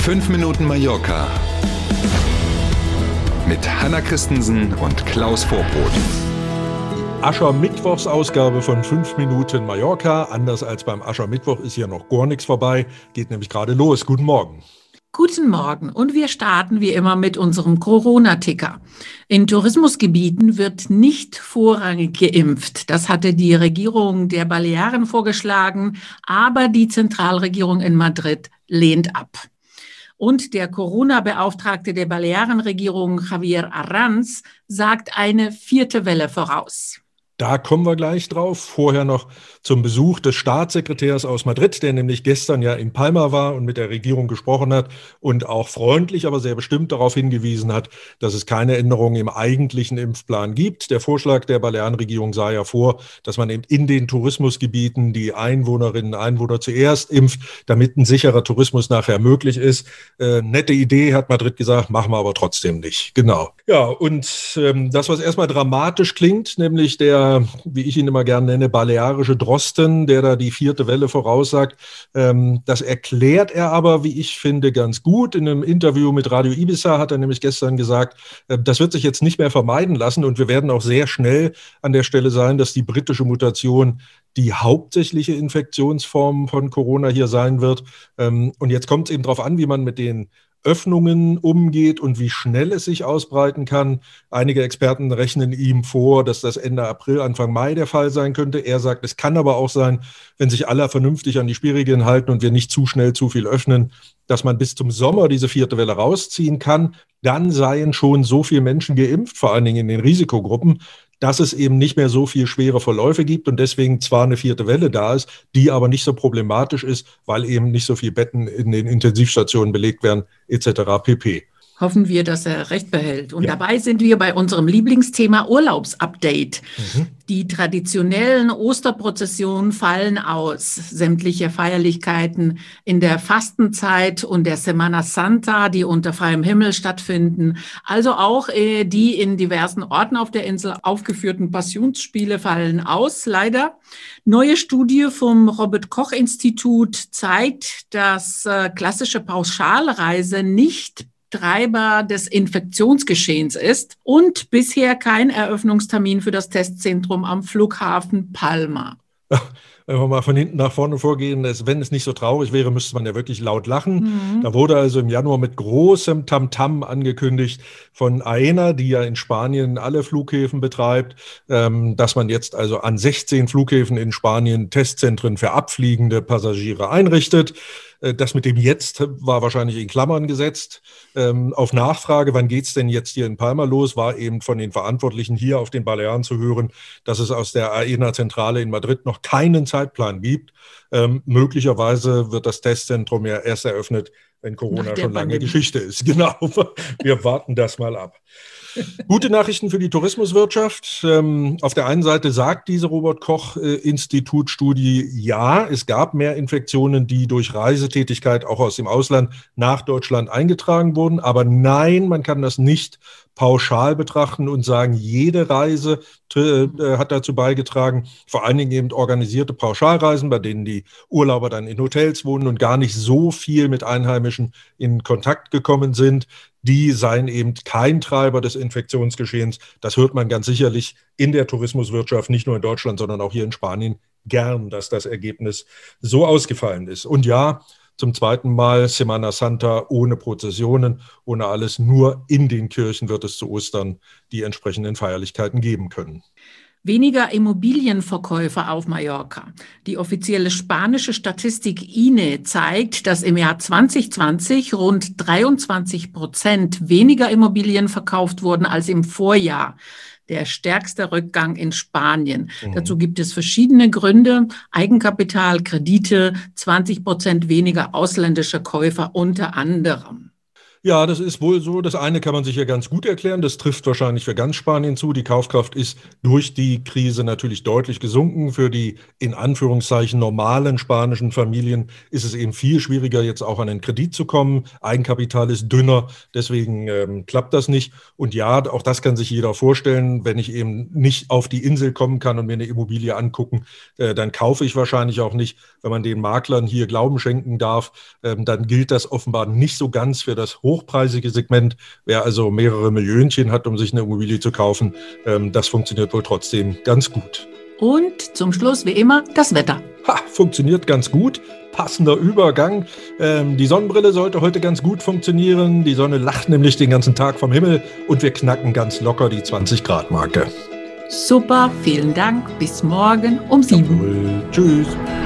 5 Minuten Mallorca mit Hanna Christensen und Klaus Vorbrot. Aschermittwochsausgabe von 5 Minuten Mallorca. Anders als beim Aschermittwoch ist hier noch gar nichts vorbei. Geht nämlich gerade los. Guten Morgen. Guten Morgen und wir starten wie immer mit unserem Corona-Ticker. In Tourismusgebieten wird nicht vorrangig geimpft. Das hatte die Regierung der Balearen vorgeschlagen, aber die Zentralregierung in Madrid lehnt ab. Und der Corona-Beauftragte der Balearenregierung, Javier Arranz, sagt eine 4. Welle voraus. Da kommen wir gleich drauf. Vorher noch zum Besuch des Staatssekretärs aus Madrid, der nämlich gestern ja in Palma war und mit der Regierung gesprochen hat und auch freundlich, aber sehr bestimmt darauf hingewiesen hat, dass es keine Änderungen im eigentlichen Impfplan gibt. Der Vorschlag der Balearenregierung sah ja vor, dass man eben in den Tourismusgebieten die Einwohnerinnen und Einwohner zuerst impft, damit ein sicherer Tourismus nachher möglich ist. Nette Idee, hat Madrid gesagt, machen wir aber trotzdem nicht. Genau. Ja, und das, was erstmal dramatisch klingt, nämlich der, wie ich ihn immer gerne nenne, balearische Drosten, der da die 4. Welle voraussagt. Das erklärt er aber, wie ich finde, ganz gut. In einem Interview mit Radio Ibiza hat er nämlich gestern gesagt, das wird sich jetzt nicht mehr vermeiden lassen und wir werden auch sehr schnell an der Stelle sein, dass die britische Mutation die hauptsächliche Infektionsform von Corona hier sein wird. Und jetzt kommt es eben darauf an, wie man mit den Öffnungen umgeht und wie schnell es sich ausbreiten kann. Einige Experten rechnen ihm vor, dass das Ende April, Anfang Mai der Fall sein könnte. Er sagt, es kann aber auch sein, wenn sich alle vernünftig an die Spielregeln halten und wir nicht zu schnell zu viel öffnen, dass man bis zum Sommer diese 4. Welle rausziehen kann. Dann seien schon so viele Menschen geimpft, vor allen Dingen in den Risikogruppen, dass es eben nicht mehr so viel schwere Verläufe gibt und deswegen zwar eine 4. Welle da ist, die aber nicht so problematisch ist, weil eben nicht so viele Betten in den Intensivstationen belegt werden, etc. pp. Hoffen wir, dass er recht behält. Und dabei sind wir bei unserem Lieblingsthema Urlaubsupdate. Die traditionellen Osterprozessionen fallen aus. Sämtliche Feierlichkeiten in der Fastenzeit und der Semana Santa, die unter freiem Himmel stattfinden. Also auch die in diversen Orten auf der Insel aufgeführten Passionsspiele fallen aus, leider. Neue Studie vom Robert-Koch-Institut zeigt, dass klassische Pauschalreise nicht Treiber des Infektionsgeschehens ist und bisher kein Eröffnungstermin für das Testzentrum am Flughafen Palma. Wenn wir mal von hinten nach vorne vorgehen, wenn es nicht so traurig wäre, müsste man ja wirklich laut lachen. Da wurde also im Januar mit großem Tamtam angekündigt von Aena, die ja in Spanien alle Flughäfen betreibt, dass man jetzt also an 16 Flughäfen in Spanien Testzentren für abfliegende Passagiere einrichtet. Das mit dem Jetzt war wahrscheinlich in Klammern gesetzt. Auf Nachfrage, wann geht's denn jetzt hier in Palma los, war eben von den Verantwortlichen hier auf den Balearen zu hören, dass es aus der AENA-Zentrale in Madrid noch keinen Zeitplan gibt. Möglicherweise wird das Testzentrum ja erst eröffnet, wenn Corona schon lange Geschichte ist. Genau, wir warten das mal ab. Gute Nachrichten für die Tourismuswirtschaft. Auf der einen Seite sagt diese Robert-Koch-Institut-Studie, ja, es gab mehr Infektionen, die durch Reisetätigkeit auch aus dem Ausland nach Deutschland eingetragen wurden. Aber nein, man kann das nicht pauschal betrachten und sagen, jede Reise hat dazu beigetragen, vor allen Dingen eben organisierte Pauschalreisen, bei denen die Urlauber dann in Hotels wohnen und gar nicht so viel mit Einheimischen in Kontakt gekommen sind. Die seien eben kein Treiber des Infektionsgeschehens. Das hört man ganz sicherlich in der Tourismuswirtschaft, nicht nur in Deutschland, sondern auch hier in Spanien gern, dass das Ergebnis so ausgefallen ist. Und ja, zum zweiten Mal Semana Santa ohne Prozessionen, ohne alles, nur in den Kirchen wird es zu Ostern die entsprechenden Feierlichkeiten geben können. Weniger Immobilienverkäufe auf Mallorca. Die offizielle spanische Statistik INE zeigt, dass im Jahr 2020 rund 23% weniger Immobilien verkauft wurden als im Vorjahr. Der stärkste Rückgang in Spanien. Dazu gibt es verschiedene Gründe. Eigenkapital, Kredite, 20% weniger ausländische Käufer unter anderem. Ja, das ist wohl so. Das eine kann man sich ja ganz gut erklären. Das trifft wahrscheinlich für ganz Spanien zu. Die Kaufkraft ist durch die Krise natürlich deutlich gesunken. Für die in Anführungszeichen normalen spanischen Familien ist es eben viel schwieriger, jetzt auch an einen Kredit zu kommen. Eigenkapital ist dünner, deswegen klappt das nicht. Und ja, auch das kann sich jeder vorstellen. Wenn ich eben nicht auf die Insel kommen kann und mir eine Immobilie angucken, dann kaufe ich wahrscheinlich auch nicht. Wenn man den Maklern hier Glauben schenken darf, dann gilt das offenbar nicht so ganz für das hochpreisige Segment. Wer also mehrere Millionchen hat, um sich eine Immobilie zu kaufen, das funktioniert wohl trotzdem ganz gut. Und zum Schluss, wie immer, das Wetter. Funktioniert ganz gut. Passender Übergang. Die Sonnenbrille sollte heute ganz gut funktionieren. Die Sonne lacht nämlich den ganzen Tag vom Himmel und wir knacken ganz locker die 20-Grad-Marke. Super, vielen Dank. Bis morgen um 7. Jawohl. Tschüss.